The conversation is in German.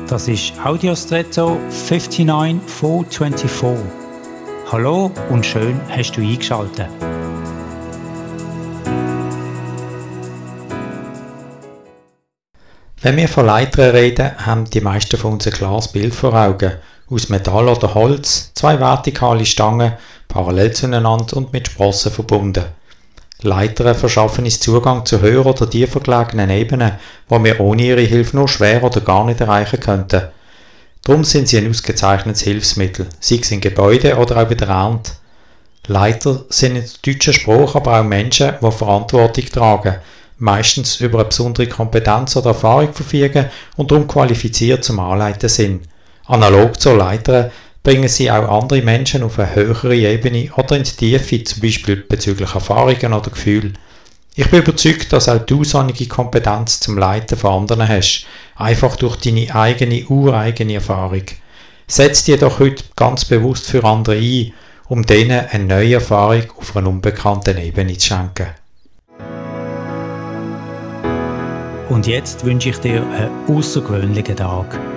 Das ist Audiostretto 59424. Hallo und schön hast du eingeschaltet. Wenn wir von Leitern reden, haben die meisten von uns ein klares Bild vor Augen. Aus Metall oder Holz, zwei vertikale Stangen, parallel zueinander und mit Sprossen verbunden. Leitern verschaffen uns Zugang zu höher oder tiefer gelegenen Ebenen, die wir ohne ihre Hilfe nur schwer oder gar nicht erreichen könnten. Darum sind sie ein ausgezeichnetes Hilfsmittel, sei es in Gebäuden oder auch bei der Ernte. Leiter sind in der deutschen Sprache aber auch Menschen, die Verantwortung tragen, meistens über eine besondere Kompetenz oder Erfahrung verfügen und darum qualifiziert zum Anleiten sind. Analog zur Leiter bringen sie auch andere Menschen auf eine höhere Ebene oder in die Tiefe, zum Beispiel bezüglich Erfahrungen oder Gefühlen. Ich bin überzeugt, dass auch du so eine Kompetenz zum Leiten von anderen hast, einfach durch deine ureigene Erfahrung. Setz dir doch heute ganz bewusst für andere ein, um denen eine neue Erfahrung auf einer unbekannten Ebene zu schenken. Und jetzt wünsche ich dir einen außergewöhnlichen Tag.